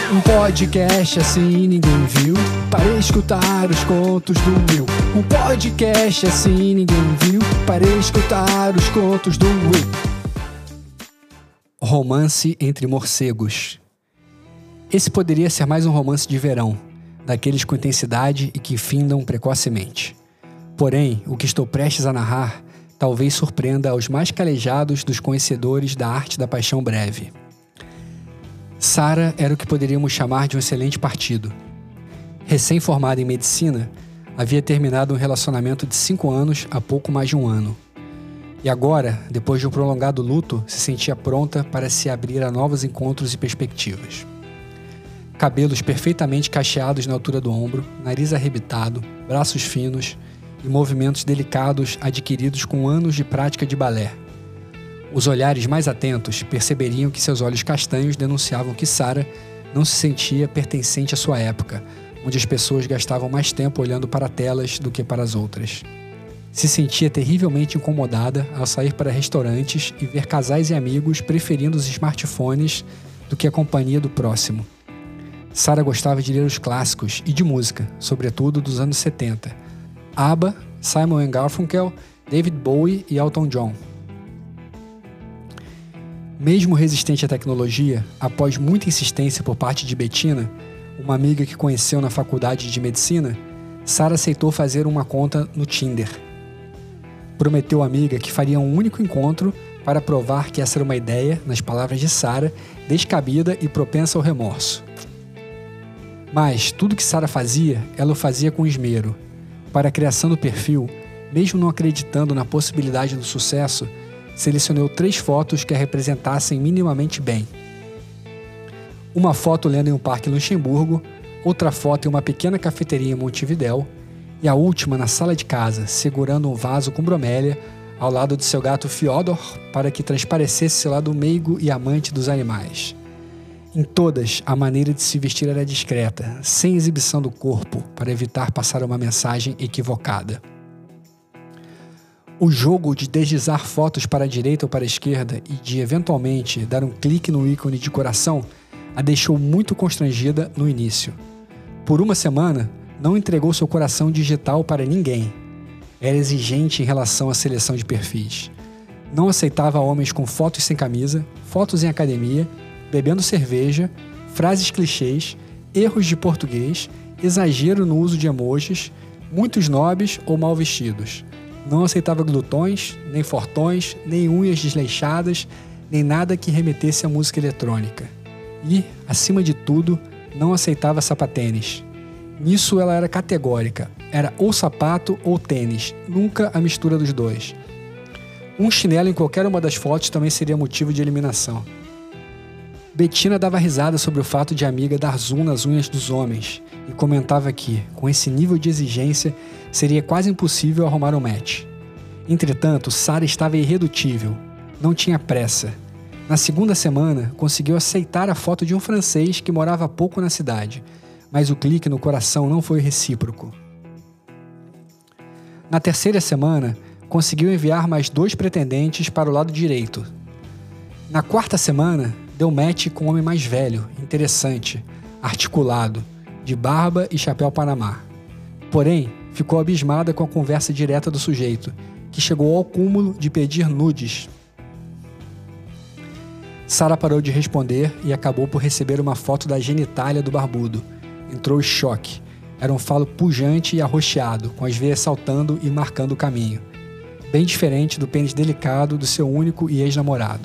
Um podcast assim ninguém viu, para escutar os contos do Will. Um podcast assim ninguém viu, para escutar os contos do Will. Romance entre morcegos. Esse poderia ser mais um romance de verão, daqueles com intensidade e que findam precocemente. Porém, o que estou prestes a narrar talvez surpreenda aos mais calejados dos conhecedores da arte da paixão breve. Sarah era o que poderíamos chamar de um excelente partido. Recém-formada em medicina, havia terminado um relacionamento de 5 anos há pouco mais de um ano. E agora, depois de um prolongado luto, se sentia pronta para se abrir a novos encontros e perspectivas. Cabelos perfeitamente cacheados na altura do ombro, nariz arrebitado, braços finos e movimentos delicados adquiridos com anos de prática de balé. Os olhares mais atentos perceberiam que seus olhos castanhos denunciavam que Sarah não se sentia pertencente à sua época, onde as pessoas gastavam mais tempo olhando para telas do que para as outras. Se sentia terrivelmente incomodada ao sair para restaurantes e ver casais e amigos preferindo os smartphones do que a companhia do próximo. Sarah gostava de ler os clássicos e de música, sobretudo dos anos 70. ABBA, Simon & Garfunkel, David Bowie e Elton John. Mesmo resistente à tecnologia, após muita insistência por parte de Bettina, uma amiga que conheceu na faculdade de medicina, Sarah aceitou fazer uma conta no Tinder. Prometeu à amiga que faria um único encontro para provar que essa era uma ideia, nas palavras de Sarah, descabida e propensa ao remorso. Mas tudo que Sarah fazia, ela o fazia com esmero. Para a criação do perfil, mesmo não acreditando na possibilidade do sucesso, selecionou 3 fotos que a representassem minimamente bem. Uma foto lendo em um parque em Luxemburgo, outra foto em uma pequena cafeteria em Montevidéu e a última na sala de casa, segurando um vaso com bromélia ao lado de seu gato Fyodor para que transparecesse seu lado meigo e amante dos animais. Em todas, a maneira de se vestir era discreta, sem exibição do corpo, para evitar passar uma mensagem equivocada. O jogo de deslizar fotos para a direita ou para a esquerda e de, eventualmente, dar um clique no ícone de coração a deixou muito constrangida no início. Por uma semana, não entregou seu coração digital para ninguém. Era exigente em relação à seleção de perfis. Não aceitava homens com fotos sem camisa, fotos em academia, bebendo cerveja, frases clichês, erros de português, exagero no uso de emojis, muitos nobres ou mal vestidos. Não aceitava glutões, nem fortões, nem unhas desleixadas, nem nada que remetesse à música eletrônica. E, acima de tudo, não aceitava sapatênis. Nisso ela era categórica. Era ou sapato ou tênis, nunca a mistura dos dois. Um chinelo em qualquer uma das fotos também seria motivo de eliminação. Bettina dava risada sobre o fato de a amiga dar zoom nas unhas dos homens e comentava que, com esse nível de exigência, seria quase impossível arrumar um match. Entretanto, Sarah estava irredutível. Não tinha pressa. Na segunda semana, conseguiu aceitar a foto de um francês que morava há pouco na cidade, mas o clique no coração não foi recíproco. Na terceira semana, conseguiu enviar mais 2 pretendentes para o lado direito. Na quarta semana, deu match com um homem mais velho, interessante, articulado, de barba e chapéu Panamá. Porém, ficou abismada com a conversa direta do sujeito, que chegou ao cúmulo de pedir nudes. Sarah parou de responder e acabou por receber uma foto da genitália do barbudo. Entrou em choque. Era um falo pujante e arroxeado, com as veias saltando e marcando o caminho. Bem diferente do pênis delicado do seu único e ex-namorado.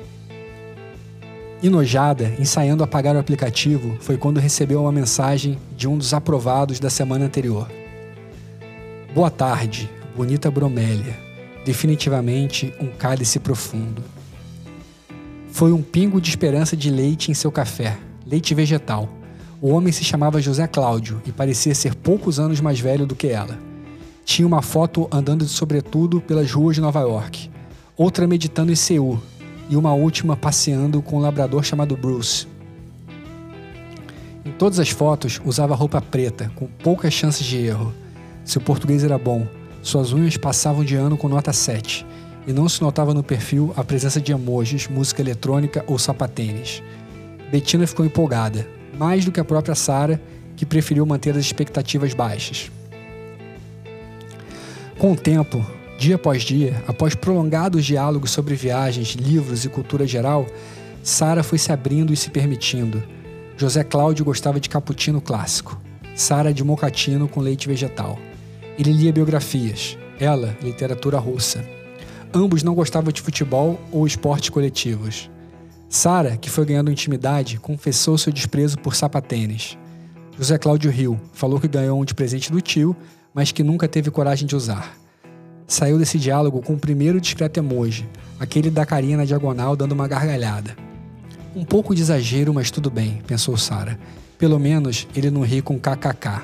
Enojada, ensaiando apagar o aplicativo, foi quando recebeu uma mensagem de um dos aprovados da semana anterior. Boa tarde, bonita bromélia. Definitivamente um cálice profundo. Foi um pingo de esperança de leite em seu café, leite vegetal. O homem se chamava José Cláudio e parecia ser poucos anos mais velho do que ela. Tinha uma foto andando de sobretudo pelas ruas de Nova York, outra meditando em Seul, e uma última passeando com um labrador chamado Bruce. Em todas as fotos, usava roupa preta, com poucas chances de erro. Seu português era bom, suas unhas passavam de ano com nota 7, e não se notava no perfil a presença de emojis, música eletrônica ou sapatênis. Bettina ficou empolgada. mais do que a própria Sara, que preferiu manter as expectativas baixas. Com o tempo, dia após dia, após prolongados diálogos sobre viagens, livros e cultura geral, Sara foi se abrindo e se permitindo. José Cláudio gostava de cappuccino clássico, Sara de mocatino com leite vegetal. Ele lia biografias, ela, literatura russa. Ambos não gostavam de futebol ou esportes coletivos. Sara, que foi ganhando intimidade, confessou seu desprezo por sapatênis. José Cláudio riu, falou que ganhou um de presente do tio, mas que nunca teve coragem de usar. Saiu desse diálogo com o primeiro discreto emoji, aquele da carinha na diagonal dando uma gargalhada. Um pouco de exagero, mas tudo bem, pensou Sara. Pelo menos ele não ri com kkk.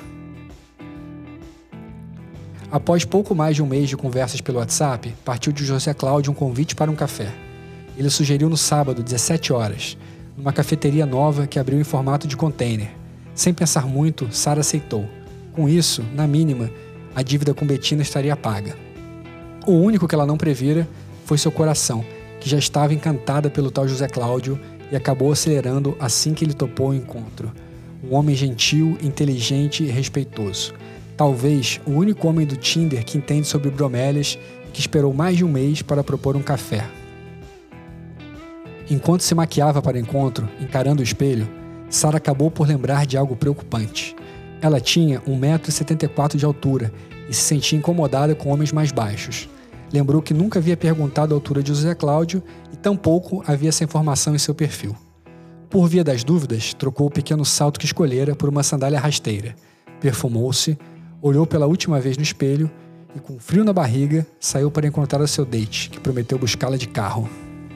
Após pouco mais de um mês de conversas pelo WhatsApp, partiu de José Cláudio um convite para um café. Ele sugeriu no sábado, 17 horas, numa cafeteria nova que abriu em formato de container. Sem pensar muito, Sara aceitou. Com isso, na mínima, a dívida com Betina estaria paga. O único que ela não previra foi seu coração, que já estava encantada pelo tal José Cláudio e acabou acelerando assim que ele topou o encontro. Um homem gentil, inteligente e respeitoso. Talvez o único homem do Tinder que entende sobre bromélias e que esperou mais de um mês para propor um café. Enquanto se maquiava para o encontro, encarando o espelho, Sara acabou por lembrar de algo preocupante. Ela tinha 1,74 m de altura e se sentia incomodada com homens mais baixos. Lembrou que nunca havia perguntado a altura de José Cláudio e tampouco havia essa informação em seu perfil. Por via das dúvidas, trocou o pequeno salto que escolhera por uma sandália rasteira. Perfumou-se, olhou pela última vez no espelho e, com frio na barriga, saiu para encontrar o seu date, que prometeu buscá-la de carro.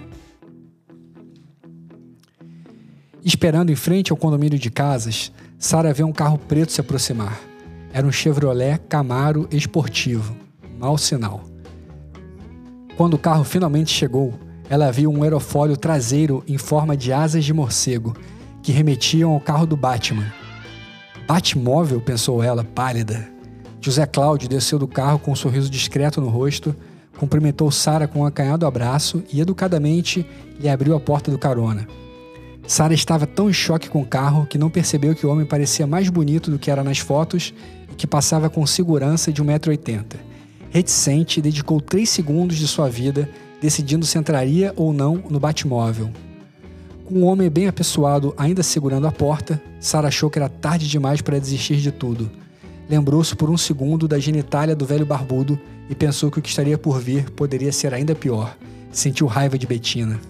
Esperando em frente ao condomínio de casas, Sara vê um carro preto se aproximar. Era um Chevrolet Camaro esportivo. Mau sinal. Quando o carro finalmente chegou, ela viu um aerofólio traseiro em forma de asas de morcego, que remetiam ao carro do Batman. Batmóvel, pensou ela, pálida. José Cláudio desceu do carro com um sorriso discreto no rosto, cumprimentou Sara com um acanhado abraço e, educadamente, lhe abriu a porta do carona. Sara estava tão em choque com o carro que não percebeu que o homem parecia mais bonito do que era nas fotos e que passava com segurança de 1,80 m. Reticente, dedicou 3 segundos de sua vida decidindo se entraria ou não no Batmóvel. Com o homem bem apessoado ainda segurando a porta, Sara achou que era tarde demais para desistir de tudo. Lembrou-se por um segundo da genitália do velho barbudo e pensou que o que estaria por vir poderia ser ainda pior. Sentiu raiva de Betina.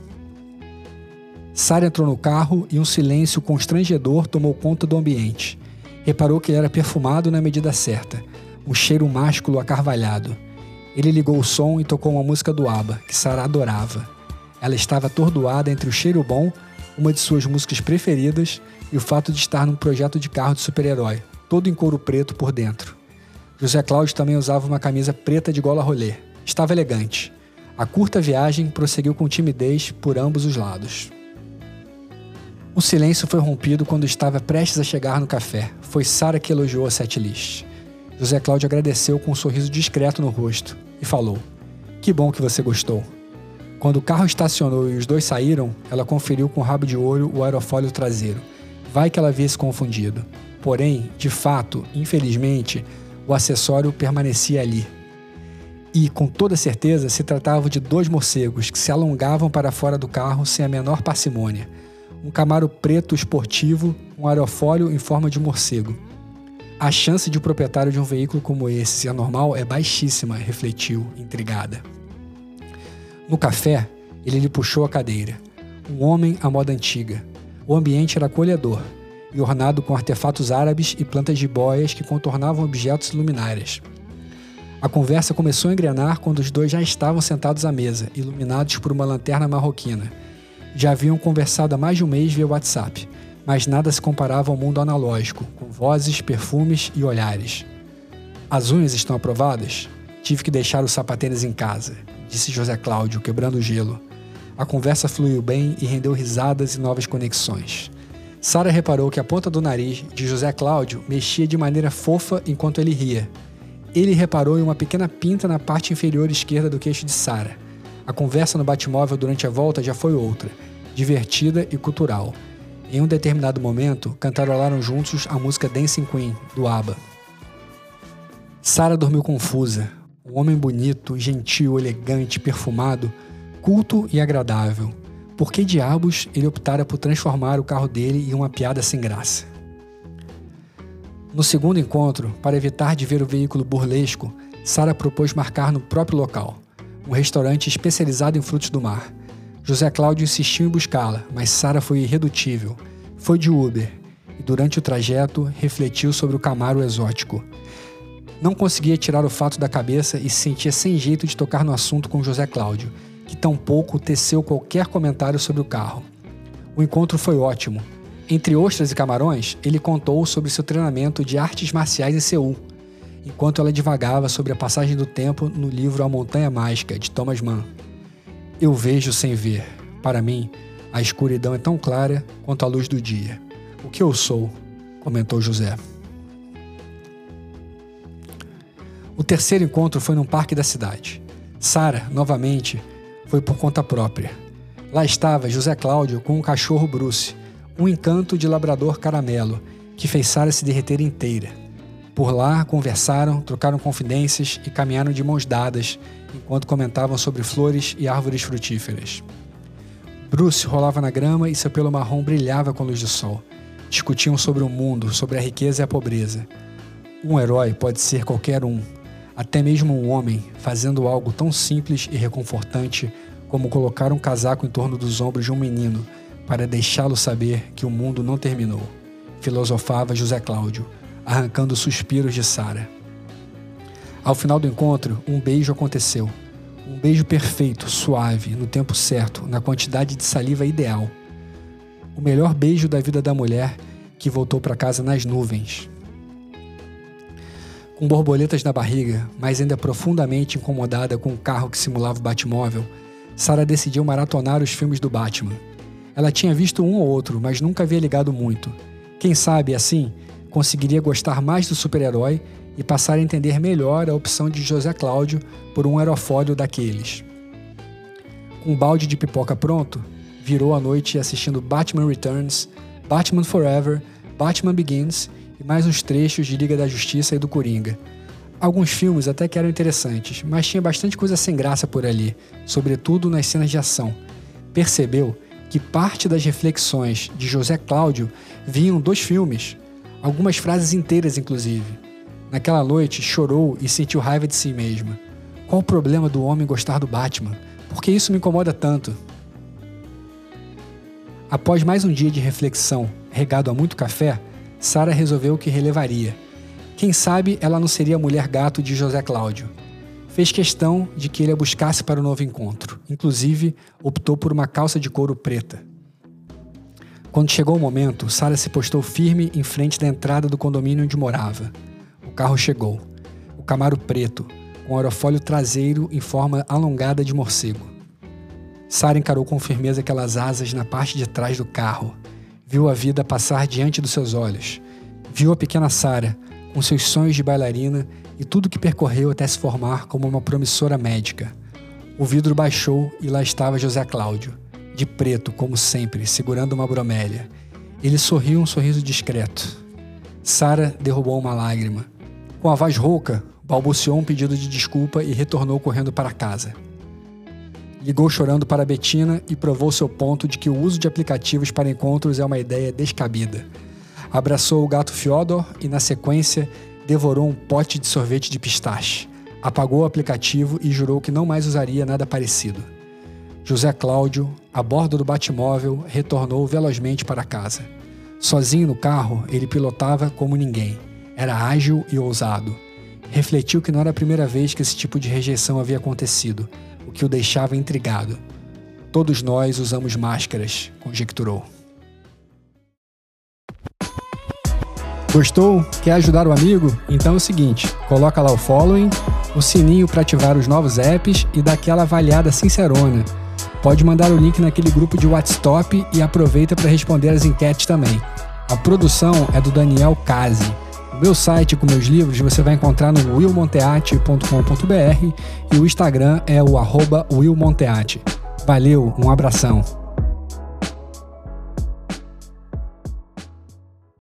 Sara entrou no carro e um silêncio constrangedor tomou conta do ambiente. Reparou que ele era perfumado na medida certa, um cheiro másculo acarvalhado. Ele ligou o som e tocou uma música do ABBA, que Sara adorava. Ela estava atordoada entre o cheiro bom, uma de suas músicas preferidas, e o fato de estar num projeto de carro de super-herói, todo em couro preto por dentro. José Cláudio também usava uma camisa preta de gola rolê. Estava elegante. A curta viagem prosseguiu com timidez por ambos os lados. O silêncio foi rompido quando estava prestes a chegar no café. Foi Sara que elogiou a setlist. José Cláudio agradeceu com um sorriso discreto no rosto e falou: "Que bom que você gostou." Quando o carro estacionou e os dois saíram, ela conferiu com o rabo de olho o aerofólio traseiro. Vai que ela havia se confundido. Porém, de fato, infelizmente, o acessório permanecia ali. E, com toda certeza, se tratava de 2 morcegos que se alongavam para fora do carro sem a menor parcimônia. Um Camaro preto esportivo, um aerofólio em forma de morcego. A chance de o proprietário de um veículo como esse ser normal é baixíssima, refletiu, intrigada. No café, ele lhe puxou a cadeira. Um homem à moda antiga. O ambiente era acolhedor e ornado com artefatos árabes e plantas jiboias que contornavam objetos e luminárias. A conversa começou a engrenar quando os dois já estavam sentados à mesa, iluminados por uma lanterna marroquina. Já haviam conversado há mais de um mês via WhatsApp, mas nada se comparava ao mundo analógico, com vozes, perfumes e olhares. "As unhas estão aprovadas? Tive que deixar os sapatênis em casa", disse José Cláudio, quebrando o gelo. A conversa fluiu bem e rendeu risadas e novas conexões. Sara reparou que a ponta do nariz de José Cláudio mexia de maneira fofa enquanto ele ria. Ele reparou em uma pequena pinta na parte inferior esquerda do queixo de Sara. A conversa no Batmóvel durante a volta já foi outra, divertida e cultural. Em um determinado momento, cantarolaram juntos a música Dancing Queen, do ABBA. Sarah dormiu confusa. Um homem bonito, gentil, elegante, perfumado, culto e agradável. Por que diabos ele optara por transformar o carro dele em uma piada sem graça? No segundo encontro, para evitar de ver o veículo burlesco, Sarah propôs marcar no próprio local, um restaurante especializado em frutos do mar. José Cláudio insistiu em buscá-la, mas Sarah foi irredutível. Foi de Uber e, durante o trajeto, refletiu sobre o Camaro exótico. Não conseguia tirar o fato da cabeça e se sentia sem jeito de tocar no assunto com José Cláudio, que tampouco teceu qualquer comentário sobre o carro. O encontro foi ótimo. Entre ostras e camarões, ele contou sobre seu treinamento de artes marciais em Seul, enquanto ela divagava sobre a passagem do tempo no livro A Montanha Mágica, de Thomas Mann. Eu vejo sem ver. Para mim, a escuridão é tão clara quanto a luz do dia. O que eu sou, comentou José. O terceiro encontro foi num parque da cidade. Sarah, novamente, foi por conta própria. Lá estava José Cláudio com um cachorro Bruce, um encanto de labrador caramelo, que fez Sarah se derreter inteira. Por lá, conversaram, trocaram confidências e caminharam de mãos dadas, enquanto comentavam sobre flores e árvores frutíferas. Bruce rolava na grama e seu pelo marrom brilhava com a luz do sol. Discutiam sobre o mundo, sobre a riqueza e a pobreza. Um herói pode ser qualquer um, até mesmo um homem, fazendo algo tão simples e reconfortante como colocar um casaco em torno dos ombros de um menino para deixá-lo saber que o mundo não terminou, filosofava José Cláudio, arrancando suspiros de Sarah. Ao final do encontro, um beijo aconteceu. Um beijo perfeito, suave, no tempo certo, na quantidade de saliva ideal. O melhor beijo da vida da mulher que voltou para casa nas nuvens. Com borboletas na barriga, mas ainda profundamente incomodada com o carro que simulava o Batmóvel, Sarah decidiu maratonar os filmes do Batman. Ela tinha visto um ou outro, mas nunca havia ligado muito. Quem sabe, assim, conseguiria gostar mais do super-herói e passar a entender melhor a opção de José Cláudio por um aerofólio daqueles. Com um balde de pipoca pronto, virou a noite assistindo Batman Returns, Batman Forever, Batman Begins e mais uns trechos de Liga da Justiça e do Coringa. Alguns filmes até que eram interessantes, mas tinha bastante coisa sem graça por ali, sobretudo nas cenas de ação. Percebeu que parte das reflexões de José Cláudio vinham dos filmes, algumas frases inteiras inclusive. Naquela noite, chorou e sentiu raiva de si mesma. Qual o problema do homem gostar do Batman? Por que isso me incomoda tanto? Após mais um dia de reflexão, regado a muito café, Sarah resolveu que relevaria. Quem sabe ela não seria a mulher gato de José Cláudio. Fez questão de que ele a buscasse para o novo encontro. Inclusive, optou por uma calça de couro preta. Quando chegou o momento, Sarah se postou firme em frente da entrada do condomínio onde morava. O carro chegou. O Camaro preto, com aerofólio traseiro em forma alongada de morcego. Sarah encarou com firmeza aquelas asas na parte de trás do carro. Viu a vida passar diante dos seus olhos. Viu a pequena Sarah, com seus sonhos de bailarina e tudo que percorreu até se formar como uma promissora médica. O vidro baixou e lá estava José Cláudio, de preto, como sempre, segurando uma bromélia. Ele sorriu um sorriso discreto. Sarah derrubou uma lágrima. Com a voz rouca, balbuciou um pedido de desculpa e retornou correndo para casa. Ligou chorando para Bettina e provou seu ponto de que o uso de aplicativos para encontros é uma ideia descabida. Abraçou o gato Fyodor e, na sequência, devorou um pote de sorvete de pistache. Apagou o aplicativo e jurou que não mais usaria nada parecido. José Cláudio, a bordo do Batmóvel, retornou velozmente para casa. Sozinho no carro, ele pilotava como ninguém. Era ágil e ousado. Refletiu que não era a primeira vez que esse tipo de rejeição havia acontecido, o que o deixava intrigado. Todos nós usamos máscaras, conjecturou. Gostou? Quer ajudar o amigo? Então é o seguinte, coloca lá o following, o sininho para ativar os novos apps e dá aquela avaliada sincerona. Pode mandar o link naquele grupo de WhatsApp e aproveita para responder as enquetes também. A produção é do Daniel Casi. O meu site com meus livros você vai encontrar no willmonteati.com.br e o Instagram é o @willmonteati. Valeu, um abração.